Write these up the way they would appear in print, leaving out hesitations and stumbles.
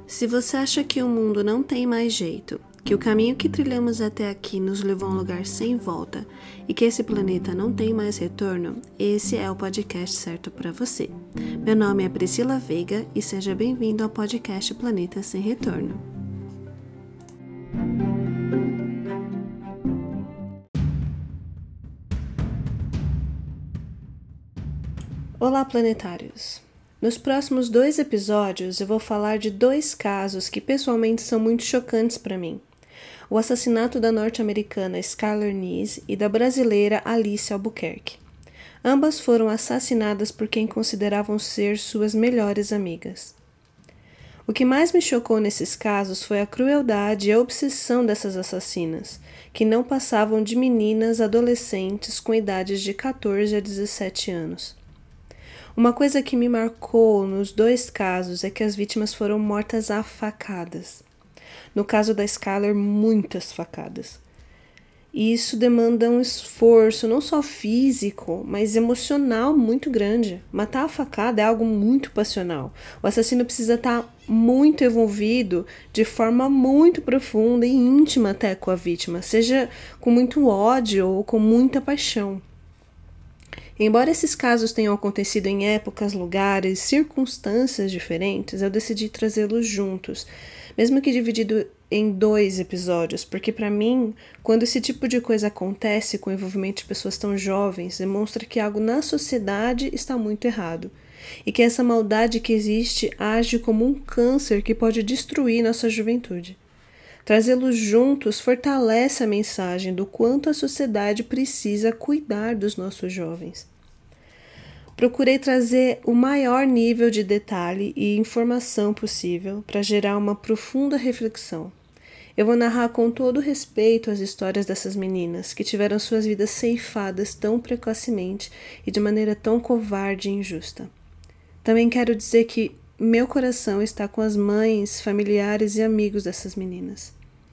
Se você acha que o mundo não tem mais jeito, que o caminho que trilhamos até aqui nos levou a um lugar sem volta e que esse planeta não tem mais retorno, esse é o podcast certo para você. Meu nome é Priscila Veiga e seja bem-vindo ao podcast Planeta Sem Retorno. Olá, planetários! Nos próximos 2 episódios eu vou falar de 2 casos que pessoalmente são muito chocantes para mim. O assassinato da norte-americana Skylar Neese e da brasileira Alice Albuquerque. Ambas foram assassinadas por quem consideravam ser suas melhores amigas. O que mais me chocou nesses casos foi a crueldade e a obsessão dessas assassinas, que não passavam de meninas adolescentes com idades de 14 a 17 anos. Uma coisa que me marcou nos 2 casos é que as vítimas foram mortas a facadas. No caso da Skylar, muitas facadas. E isso demanda um esforço não só físico, mas emocional muito grande. Matar a facada é algo muito passional. O assassino precisa estar muito envolvido de forma muito profunda e íntima até com a vítima, seja com muito ódio ou com muita paixão. Embora esses casos tenham acontecido em épocas, lugares, circunstâncias diferentes, eu decidi trazê-los juntos, mesmo que dividido em 2 episódios, porque para mim, quando esse tipo de coisa acontece com o envolvimento de pessoas tão jovens, demonstra que algo na sociedade está muito errado, e que essa maldade que existe age como um câncer que pode destruir nossa juventude. Trazê-los juntos fortalece a mensagem do quanto a sociedade precisa cuidar dos nossos jovens. Procurei trazer o maior nível de detalhe e informação possível para gerar uma profunda reflexão. Eu vou narrar com todo respeito as histórias dessas meninas que tiveram suas vidas ceifadas tão precocemente e de maneira tão covarde e injusta. Também quero dizer que meu coração está com as mães, familiares e amigos dessas meninas.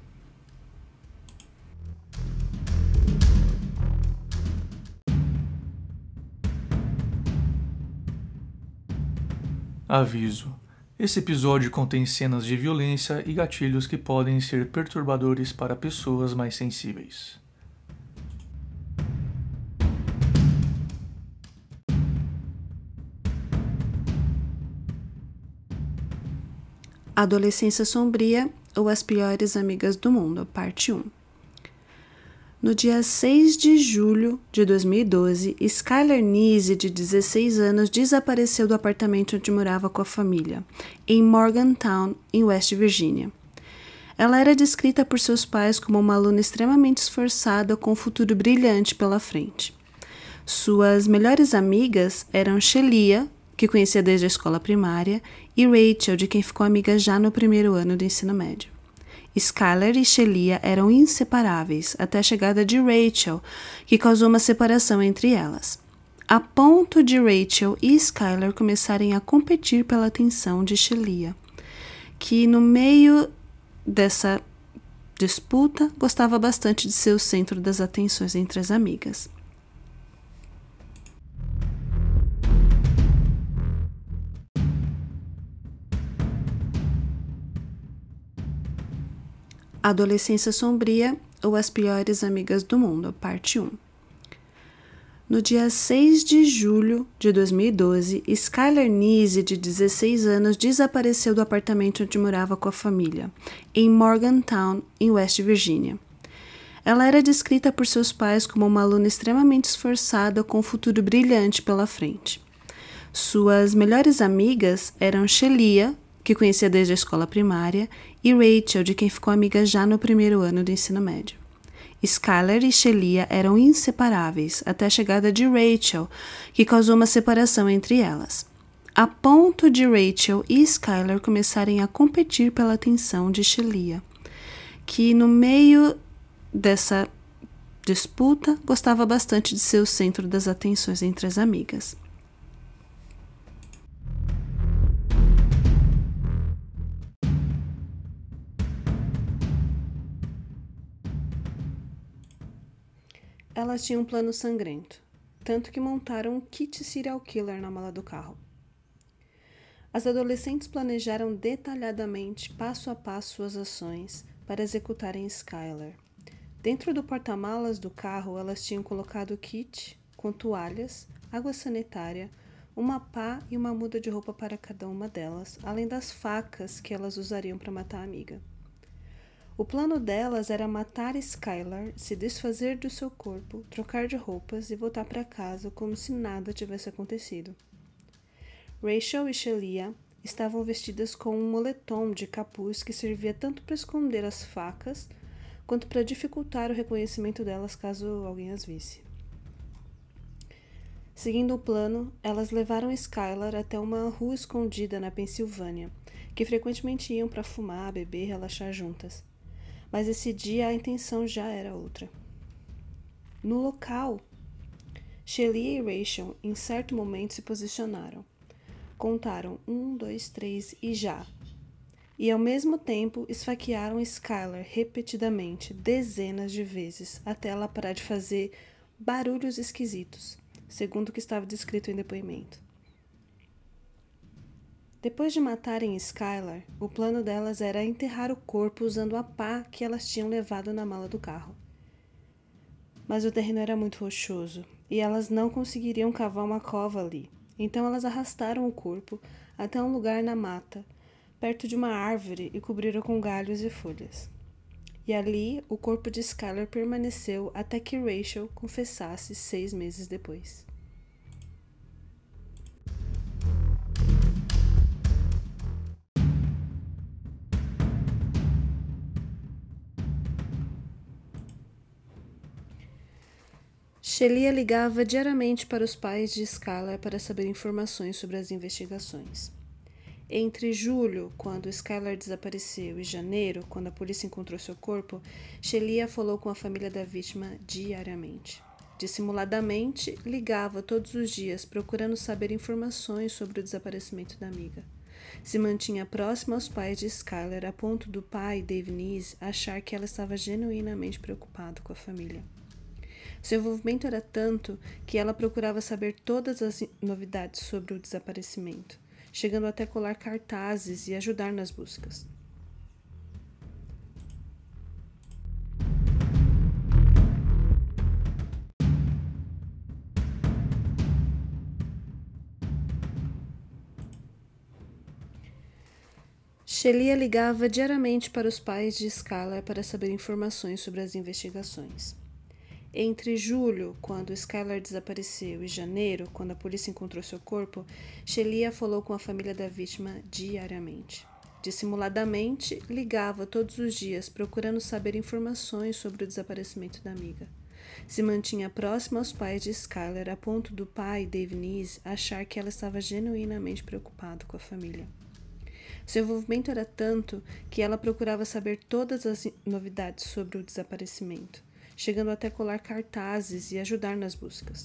Aviso: esse episódio contém cenas de violência e gatilhos que podem ser perturbadores para pessoas mais sensíveis. Adolescência Sombria ou As Piores Amigas do Mundo, parte 1. No dia 6 de julho de 2012, Skylar Neese, de 16 anos, desapareceu do apartamento onde morava com a família, em Morgantown, em West Virginia. Ela era descrita por seus pais como uma aluna extremamente esforçada com um futuro brilhante pela frente. Suas melhores amigas eram Shelia, que conhecia desde a escola primária, e Rachel, de quem ficou amiga já no primeiro ano do ensino médio. Skylar e Shelia eram inseparáveis até a chegada de Rachel, que causou uma separação entre elas, a ponto de Rachel e Skylar começarem a competir pela atenção de Shelia, que no meio dessa disputa gostava bastante de ser o centro das atenções entre as amigas. Adolescência Sombria ou As Piores Amigas do Mundo, parte 1. No dia 6 de julho de 2012, Skylar Neese, de 16 anos, desapareceu do apartamento onde morava com a família, em Morgantown, em West Virginia. Ela era descrita por seus pais como uma aluna extremamente esforçada com um futuro brilhante pela frente. Suas melhores amigas eram Shelia, que conhecia desde a escola primária, e Rachel, de quem ficou amiga já no primeiro ano do ensino médio. Skylar e Shelia eram inseparáveis até a chegada de Rachel, que causou uma separação entre elas, a ponto de Rachel e Skylar começarem a competir pela atenção de Shelia, que no meio dessa disputa gostava bastante de ser o centro das atenções entre as amigas. Elas tinham um plano sangrento, tanto que montaram um kit serial killer na mala do carro. As adolescentes planejaram detalhadamente, passo a passo, suas ações para executarem Skylar. Dentro do porta-malas do carro, elas tinham colocado o kit com toalhas, água sanitária, uma pá e uma muda de roupa para cada uma delas, além das facas que elas usariam para matar a amiga. O plano delas era matar Skylar, se desfazer do seu corpo, trocar de roupas e voltar para casa como se nada tivesse acontecido. Rachel e Shelia estavam vestidas com um moletom de capuz que servia tanto para esconder as facas quanto para dificultar o reconhecimento delas caso alguém as visse. Seguindo o plano, elas levaram Skylar até uma rua escondida na Pensilvânia, que frequentemente iam para fumar, beber e relaxar juntas. Mas esse dia a intenção já era outra. No local, Shelia e Rachel, em certo momento, se posicionaram. Contaram 1, 2, 3 e já. E ao mesmo tempo esfaquearam Skylar repetidamente, dezenas de vezes, até ela parar de fazer barulhos esquisitos, segundo o que estava descrito em depoimento. Depois de matarem Skylar, o plano delas era enterrar o corpo usando a pá que elas tinham levado na mala do carro. Mas o terreno era muito rochoso e elas não conseguiriam cavar uma cova ali. Então elas arrastaram o corpo até um lugar na mata, perto de uma árvore, e cobriram com galhos e folhas. E ali o corpo de Skylar permaneceu até que Rachel confessasse 6 meses depois. Shelia ligava diariamente para os pais de Skylar para saber informações sobre as investigações. Entre julho, quando Skylar desapareceu, e janeiro, quando a polícia encontrou seu corpo, Shelia falou com a família da vítima diariamente. Dissimuladamente, ligava todos os dias procurando saber informações sobre o desaparecimento da amiga. Se mantinha próxima aos pais de Skylar a ponto do pai, Dave Neese, achar que ela estava genuinamente preocupada com a família. Seu envolvimento era tanto que ela procurava saber todas as novidades sobre o desaparecimento, chegando até colar cartazes e ajudar nas buscas. Shelia ligava diariamente para os pais de Skylar para saber informações sobre as investigações. Entre julho, quando Skylar desapareceu, e janeiro, quando a polícia encontrou seu corpo, Shelia falou com a família da vítima diariamente. Dissimuladamente, ligava todos os dias procurando saber informações sobre o desaparecimento da amiga. Se mantinha próxima aos pais de Skylar a ponto do pai, Dave Neese, achar que ela estava genuinamente preocupada com a família. Seu envolvimento era tanto que ela procurava saber todas as novidades sobre o desaparecimento, chegando até colar cartazes e ajudar nas buscas.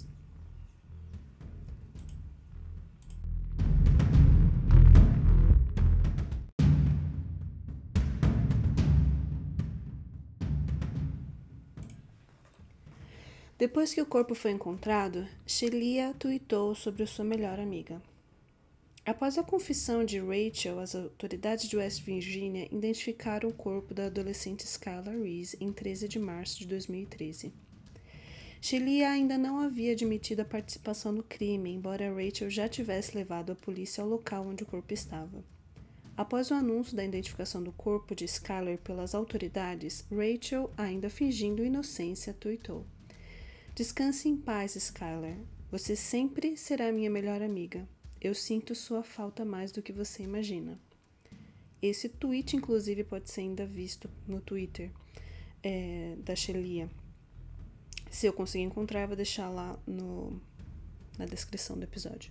Depois que o corpo foi encontrado, Shelia tuitou sobre sua melhor amiga. Após a confissão de Rachel, as autoridades de West Virginia identificaram o corpo da adolescente Skylar Reese em 13 de março de 2013. Shelia ainda não havia admitido a participação no crime, embora Rachel já tivesse levado a polícia ao local onde o corpo estava. Após o anúncio da identificação do corpo de Skylar pelas autoridades, Rachel, ainda fingindo inocência, tuitou: "Descanse em paz, Skylar. Você sempre será minha melhor amiga. Eu sinto sua falta mais do que você imagina." Esse tweet, inclusive, pode ser ainda visto no Twitter da Shelia. Se eu conseguir encontrar, eu vou deixar lá na descrição do episódio.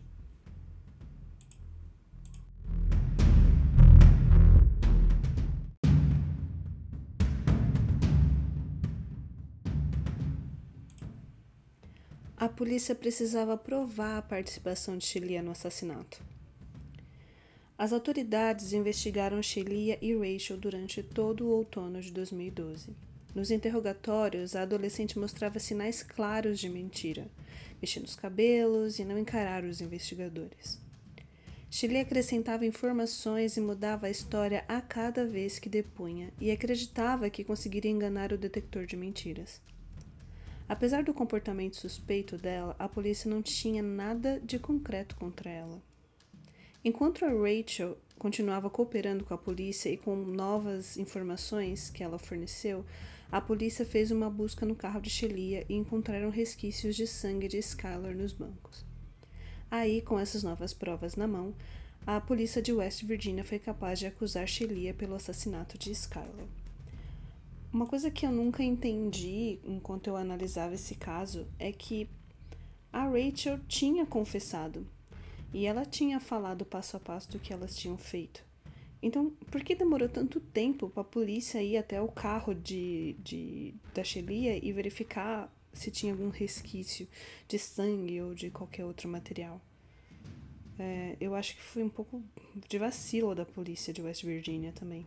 A polícia precisava provar a participação de Shelia no assassinato. As autoridades investigaram Shelia e Rachel durante todo o outono de 2012. Nos interrogatórios, a adolescente mostrava sinais claros de mentira, mexendo os cabelos e não encarar os investigadores. Shelley acrescentava informações e mudava a história a cada vez que depunha, e acreditava que conseguiria enganar o detector de mentiras. Apesar do comportamento suspeito dela, a polícia não tinha nada de concreto contra ela. Enquanto a Rachel continuava cooperando com a polícia e com novas informações que ela forneceu, a polícia fez uma busca no carro de Shelia e encontraram resquícios de sangue de Skylar nos bancos. Aí, com essas novas provas na mão, a polícia de West Virginia foi capaz de acusar Shelia pelo assassinato de Skylar. Uma coisa que eu nunca entendi enquanto eu analisava esse caso é que a Rachel tinha confessado e ela tinha falado passo a passo do que elas tinham feito. Então, por que demorou tanto tempo para a polícia ir até o carro da Shelia e verificar se tinha algum resquício de sangue ou de qualquer outro material? Eu acho que foi um pouco de vacilo da polícia de West Virginia também.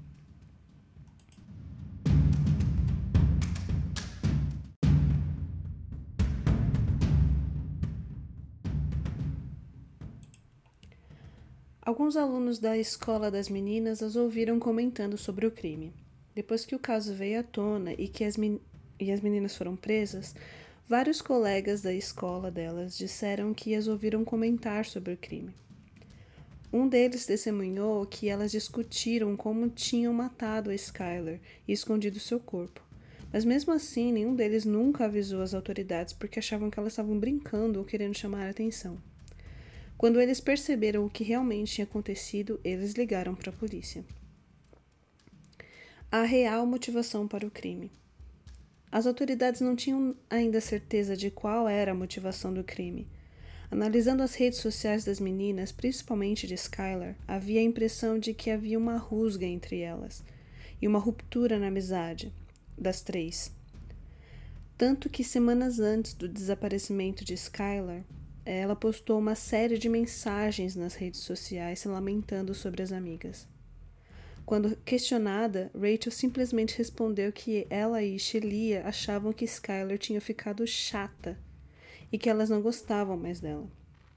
Alguns alunos da escola das meninas as ouviram comentando sobre o crime. Depois que o caso veio à tona e que as meninas foram presas, vários colegas da escola delas disseram que as ouviram comentar sobre o crime. Um deles testemunhou que elas discutiram como tinham matado a Skylar e escondido seu corpo. Mas mesmo assim, nenhum deles nunca avisou as autoridades porque achavam que elas estavam brincando ou querendo chamar a atenção. Quando eles perceberam o que realmente tinha acontecido, eles ligaram para a polícia. A real motivação para o crime. As autoridades não tinham ainda certeza de qual era a motivação do crime. Analisando as redes sociais das meninas, principalmente de Skylar, havia a impressão de que havia uma rusga entre elas e uma ruptura na amizade das três. Tanto que semanas antes do desaparecimento de Skylar, ela postou uma série de mensagens nas redes sociais se lamentando sobre as amigas. Quando questionada, Rachel simplesmente respondeu que ela e Shelia achavam que Skylar tinha ficado chata e que elas não gostavam mais dela.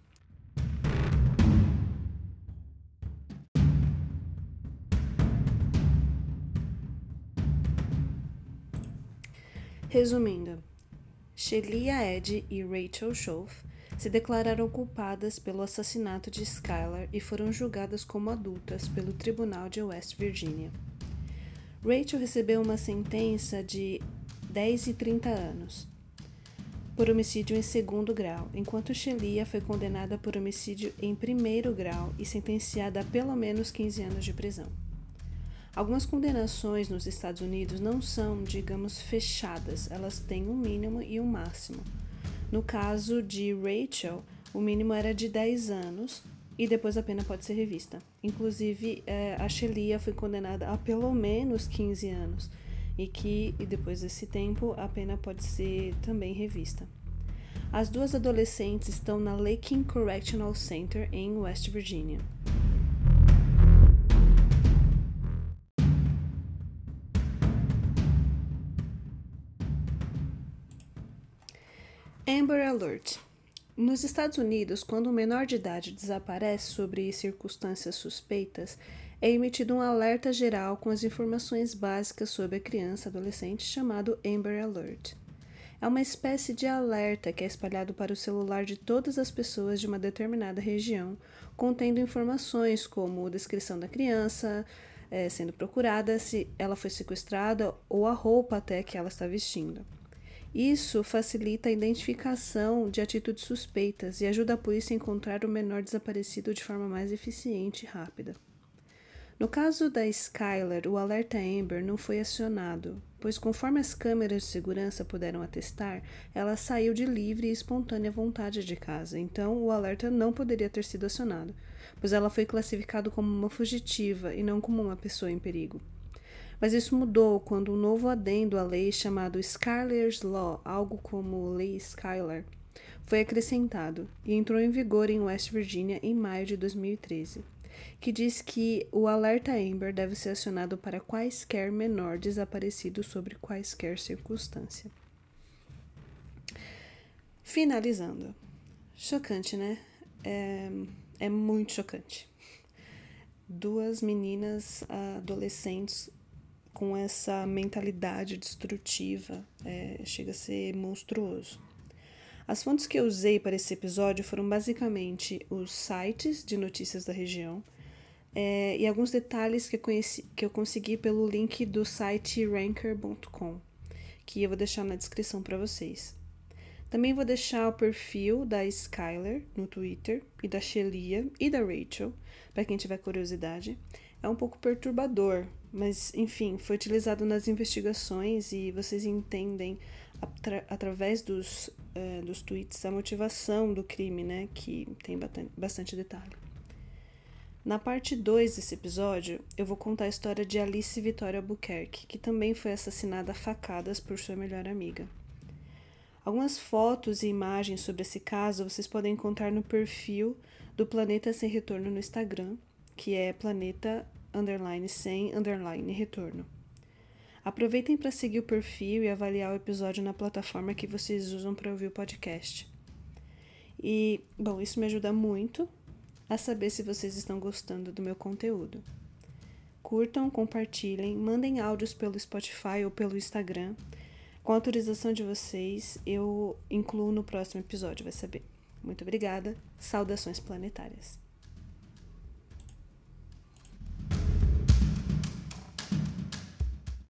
Resumindo, Shelia Eddy e Rachel Schoaf se declararam culpadas pelo assassinato de Skylar e foram julgadas como adultas pelo Tribunal de West Virginia. Rachel recebeu uma sentença de 10 e 30 anos por homicídio em segundo grau, enquanto Shelia foi condenada por homicídio em primeiro grau e sentenciada a pelo menos 15 anos de prisão. Algumas condenações nos Estados Unidos não são, digamos, fechadas, elas têm um mínimo e um máximo. No caso de Rachel, o mínimo era de 10 anos e depois a pena pode ser revista. Inclusive, a Shelia foi condenada a pelo menos 15 anos e depois desse tempo a pena pode ser também revista. As duas adolescentes estão na Lakeland Correctional Center em West Virginia. Amber Alert. Nos Estados Unidos, quando um menor de idade desaparece sob circunstâncias suspeitas, é emitido um alerta geral com as informações básicas sobre a criança adolescente chamado Amber Alert. É uma espécie de alerta que é espalhado para o celular de todas as pessoas de uma determinada região, contendo informações como a descrição da criança, sendo procurada, se ela foi sequestrada ou a roupa até que ela está vestindo. Isso facilita a identificação de atitudes suspeitas e ajuda a polícia a encontrar o menor desaparecido de forma mais eficiente e rápida. No caso da Skylar, o alerta Amber não foi acionado, pois conforme as câmeras de segurança puderam atestar, ela saiu de livre e espontânea vontade de casa, então o alerta não poderia ter sido acionado, pois ela foi classificada como uma fugitiva e não como uma pessoa em perigo. Mas isso mudou quando um novo adendo à lei chamado Skylar's Law, algo como Lei Skylar, foi acrescentado e entrou em vigor em West Virginia em maio de 2013, que diz que o alerta Amber deve ser acionado para quaisquer menor desaparecido sobre quaisquer circunstância. Finalizando. Chocante, né? é muito chocante. 2 meninas adolescentes com essa mentalidade destrutiva, chega a ser monstruoso. As fontes que eu usei para esse episódio foram basicamente os sites de notícias da região e alguns detalhes que eu consegui pelo link do site ranker.com, que eu vou deixar na descrição para vocês. Também vou deixar o perfil da Skyler no Twitter, e da Shelia e da Rachel, para quem tiver curiosidade. É um pouco perturbador, mas enfim, foi utilizado nas investigações e vocês entendem através dos tweets a motivação do crime, né, que tem bastante detalhe. Na parte 2 desse episódio, eu vou contar a história de Alice Vitória Albuquerque, que também foi assassinada a facadas por sua melhor amiga. Algumas fotos e imagens sobre esse caso vocês podem encontrar no perfil do Planeta Sem Retorno no Instagram, que é planeta_sem_retorno. Aproveitem para seguir o perfil e avaliar o episódio na plataforma que vocês usam para ouvir o podcast. E, bom, isso me ajuda muito a saber se vocês estão gostando do meu conteúdo. Curtam, compartilhem, mandem áudios pelo Spotify ou pelo Instagram. Com a autorização de vocês, eu incluo no próximo episódio, vai saber. Muito obrigada. Saudações planetárias.